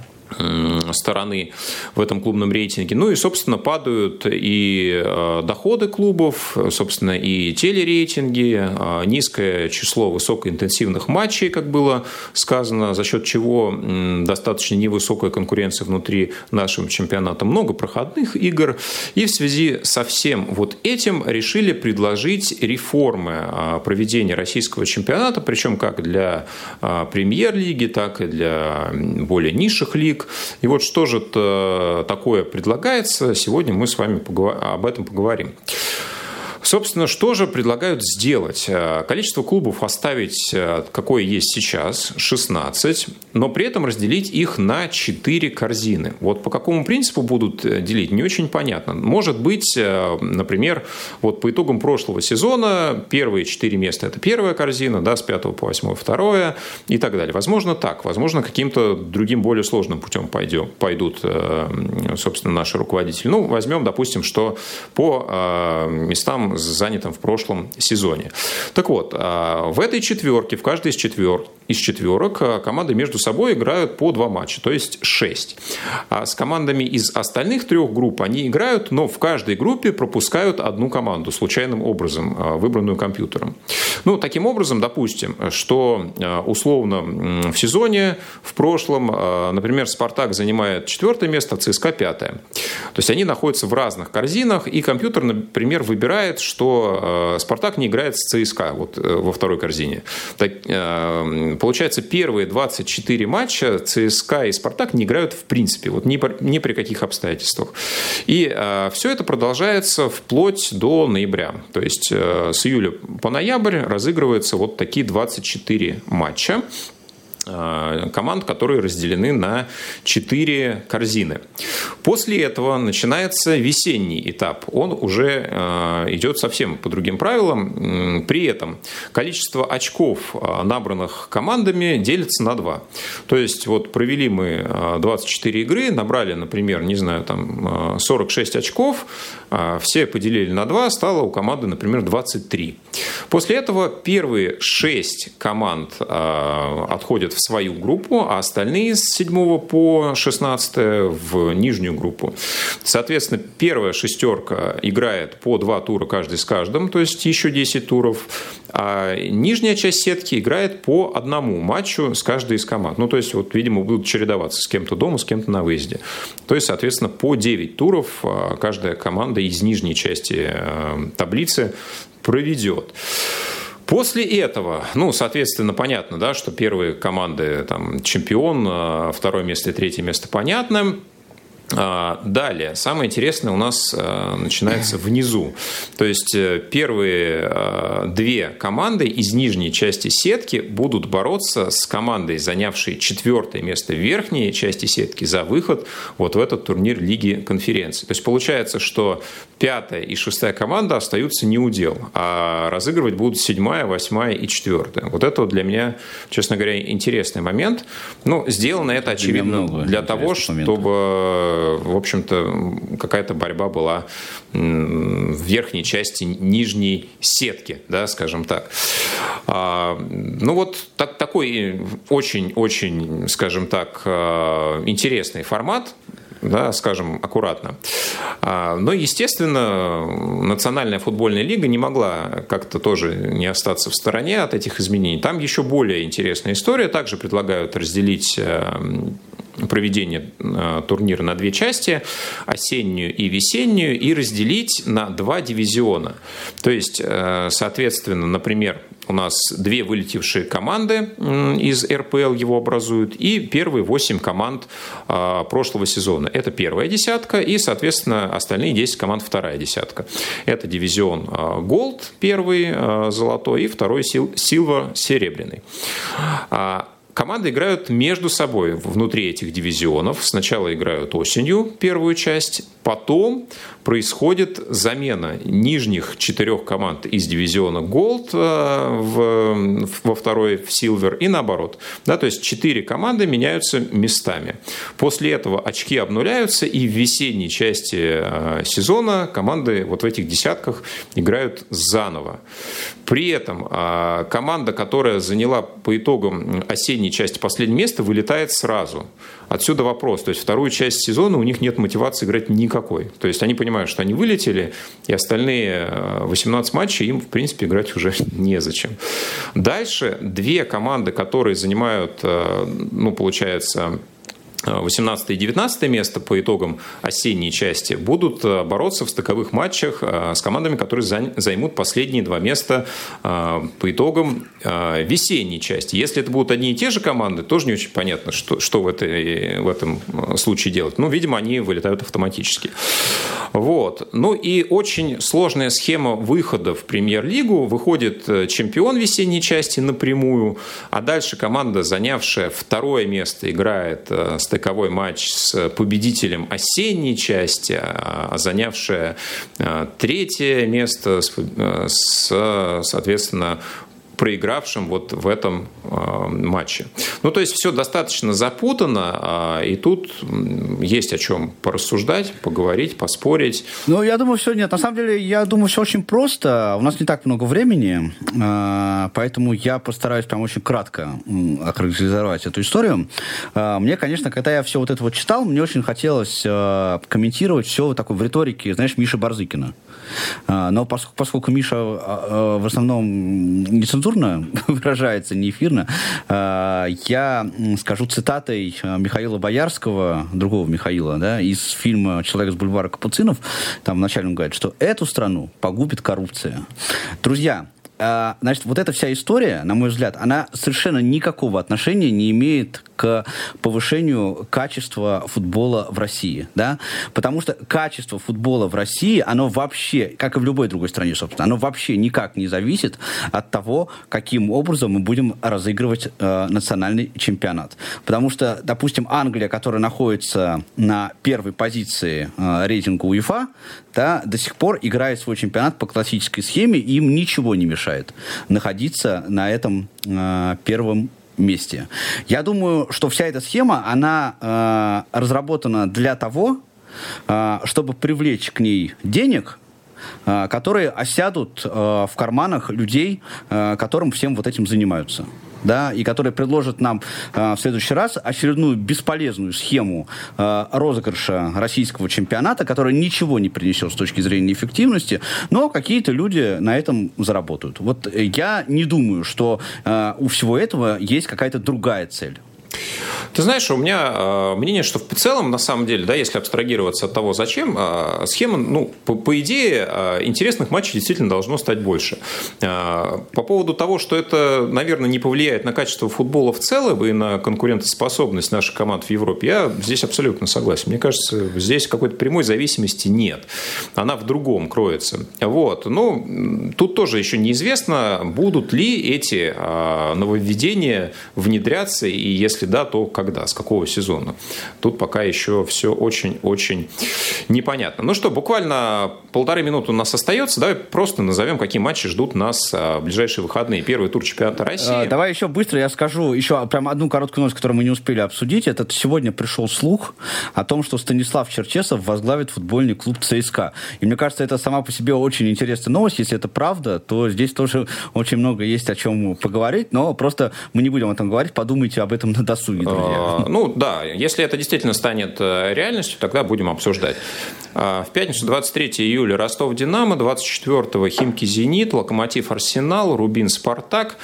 стороны в этом клубном рейтинге. Ну и, собственно, падают и доходы клубов, собственно, и телерейтинги, низкое число высокоинтенсивных матчей, как было сказано, за счет чего достаточно невысокая конкуренция внутри нашего чемпионата, много проходных игр. И в связи со всем вот этим решили предложить реформы проведения российского чемпионата, причем как для премьер-лиги, так и для более низших лиг. И вот что же такое предлагается, сегодня мы с вами об этом поговорим. Собственно, что же предлагают сделать? Количество клубов оставить, какое есть сейчас, 16, но при этом разделить их на 4 корзины. Вот по какому принципу будут делить, не очень понятно. Может быть, например, вот по итогам прошлого сезона первые 4 места – это первая корзина, да, с 5 по 8 – вторая и так далее. Возможно, так. Возможно, каким-то другим более сложным путем пойдут, собственно, наши руководители. Ну, возьмем, допустим, что по местам, занятым в прошлом сезоне. Так вот, в этой четверке, в каждой из из четверок команды между собой играют по 2 матча, то есть 6. А с командами из остальных 3 групп они играют, но в каждой группе пропускают одну команду случайным образом, выбранную компьютером. Ну, таким образом, допустим, что условно в сезоне в прошлом, например, «Спартак» занимает 4 место, а «ЦСКА» 5. То есть они находятся в разных корзинах, и компьютер, например, выбирает, что «Спартак» не играет с «ЦСКА» вот, во второй корзине. Так, получается, первые 24 матча ЦСКА и «Спартак» не играют в принципе, вот ни при каких обстоятельствах. И все это продолжается вплоть до ноября. То есть с июля по ноябрь разыгрываются вот такие 24 матча команд, которые разделены на 4 корзины. После этого начинается весенний этап. Он уже идет совсем по другим правилам. При этом количество очков, набранных командами, делится на 2. То есть вот провели мы 24 игры, набрали, например, не знаю, там 46 очков, все поделили на 2, стало у команды, например, 23. После этого первые 6 команд отходят в свою группу, а остальные с 7 по 16 в нижнюю группу. Соответственно, первая 6 играет по 2 тура каждый с каждым, то есть еще 10 туров, а нижняя часть сетки играет по 1 матчу с каждой из команд. Ну, то есть, вот, видимо, будут чередоваться с кем-то дома, с кем-то на выезде. То есть, соответственно, по 9 туров каждая команда из нижней части таблицы проведет. После этого, ну, соответственно, понятно, да, что первые команды, там, чемпион, 2 место и 3 место понятно. Далее, самое интересное у нас начинается внизу. То есть первые 2 команды из нижней части сетки будут бороться с командой, занявшей 4 место в верхней части сетки, за выход вот в этот турнир Лиги конференций. То есть получается, что 5 и 6 команда остаются не у дел, а разыгрывать будут 7, 8 и 4. Вот это вот для меня, честно говоря, интересный момент. Ну, сделано это, очевидно, для того, чтобы, в общем-то, какая-то борьба была в верхней части нижней сетки, да, скажем так. Ну, вот такой очень-очень, скажем так, интересный формат. Да, скажем аккуратно. Но, естественно, Национальная футбольная лига не могла как-то тоже не остаться в стороне от этих изменений. Там еще более интересная история. Также предлагают разделить проведение турнира на 2 части, осеннюю и весеннюю, и разделить на 2 дивизиона. То есть, соответственно, например, у нас 2 вылетевшие команды из РПЛ его образуют, и первые 8 команд прошлого сезона. Это первая десятка, и, соответственно, остальные 10 команд вторая десятка. Это дивизион Gold, первый золотой, и второй Silver, серебряный. Команды играют между собой внутри этих дивизионов. Сначала играют осенью первую часть, потом происходит замена нижних 4 команд из дивизиона Gold во второй в Silver и наоборот. Да, то есть 4 команды меняются местами. После этого очки обнуляются, и в весенней части сезона команды вот в этих десятках играют заново. При этом команда, которая заняла по итогам осенней части последнее место, вылетает сразу. Отсюда вопрос. То есть вторую часть сезона у них нет мотивации играть никакой. То есть они понимают, что они вылетели, и остальные 18 матчей им, в принципе, играть уже незачем. Дальше 2 команды, которые занимают, ну, получается, 18 и 19 место по итогам осенней части, будут бороться в стыковых матчах с командами, которые займут последние 2 места по итогам весенней части. Если это будут одни и те же команды, тоже не очень понятно, что в этом случае делать. Ну, видимо, они вылетают автоматически. Вот. Ну и очень сложная схема выхода в премьер-лигу. Выходит чемпион весенней части напрямую, а дальше команда, занявшая 2 место, играет стыковой матч с победителем осенней части, а занявшая 3 место, соответственно, проигравшим вот в этом матче. Ну, то есть все достаточно запутанно, и тут есть о чем порассуждать, поговорить, поспорить. Ну, я думаю, все нет. На самом деле, я думаю, все очень просто. У нас не так много времени, поэтому я постараюсь прям очень кратко охарактеризовать эту историю. Мне, конечно, когда я все вот это вот читал, мне очень хотелось комментировать все такое в риторике, знаешь, Миши Барзыкина. Но поскольку Миша в основном нецензурно выражается, не эфирно, я скажу цитатой Михаила Боярского, другого Михаила, да, из фильма «Человек с бульвара Капуцинов». Там вначале он говорит, что эту страну погубит коррупция. Друзья, значит, вот эта вся история, на мой взгляд, она совершенно никакого отношения не имеет к повышению качества футбола в России, да, потому что качество футбола в России, оно вообще, как и в любой другой стране, собственно, оно вообще никак не зависит от того, каким образом мы будем разыгрывать национальный чемпионат. Потому что, допустим, Англия, которая находится на первой позиции рейтинга УЕФА, да, до сих пор играет свой чемпионат по классической схеме, и им ничего не мешает находиться на этом первом месте. Я думаю, что вся эта схема, она разработана для того, чтобы привлечь к ней денег, которые осядут в карманах людей, которым всем вот этим занимаются. Да, и которые предложат нам в следующий раз очередную бесполезную схему розыгрыша российского чемпионата, которая ничего не принесет с точки зрения эффективности, но какие-то люди на этом заработают. Вот я не думаю, что у всего этого есть какая-то другая цель. Ты знаешь, у меня мнение, что в целом, на самом деле, да, если абстрагироваться от того, зачем, схема, ну, по идее, интересных матчей действительно должно стать больше. По поводу того, что это, наверное, не повлияет на качество футбола в целом и на конкурентоспособность наших команд в Европе, я здесь абсолютно согласен. Мне кажется, здесь какой-то прямой зависимости нет. Она в другом кроется. Вот. Ну, тут тоже еще неизвестно, будут ли эти нововведения внедряться, и если да, то когда, с какого сезона. Тут пока еще все очень-очень непонятно. Ну что, буквально 1,5 минуты у нас остается. Давай просто назовем, какие матчи ждут нас в ближайшие выходные. Первый тур чемпионата России. Давай еще быстро я скажу еще прям одну короткую новость, которую мы не успели обсудить. Это сегодня пришел слух о том, что Станислав Черчесов возглавит футбольный клуб ЦСКА. И мне кажется, это сама по себе очень интересная новость. Если это правда, то здесь тоже очень много есть о чем поговорить, но просто мы не будем о этом говорить. Подумайте об этом на досуге, друзья. Ну да, если это действительно станет реальностью, тогда будем обсуждать. В пятницу 23 июля Ростов-Динамо, 24-го Химки-Зенит, Локомотив-Арсенал, Рубин-Спартак,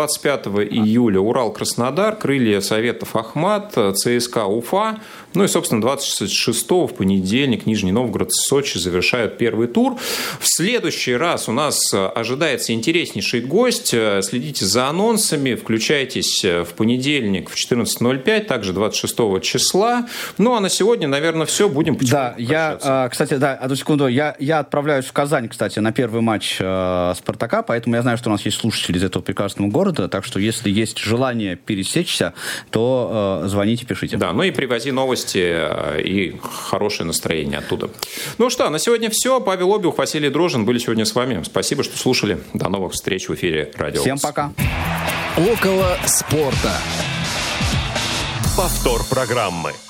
25 июля Урал-Краснодар, Крылья Советов-Ахмат, ЦСКА-Уфа. Ну и, собственно, 26-го в понедельник Нижний Новгород, Сочи завершают первый тур. В следующий раз у нас ожидается интереснейший гость. Следите за анонсами, включайтесь в понедельник в 14:05, также 26 числа. Ну а на сегодня, наверное, все. Будем потихоньку прощаться. Кстати, да, одну секунду. Я отправляюсь в Казань, кстати, на первый матч Спартака, поэтому я знаю, что у нас есть слушатели из этого прекрасного города, так что если есть желание пересечься, то звоните, пишите. Да, ну и привози новости и хорошее настроение оттуда. Ну что, на сегодня все. Павел Обиух, Василий Дрожжин были сегодня с вами. Спасибо, что слушали. До новых встреч в эфире Радио. Всем пока. Около спорта. Повтор программы.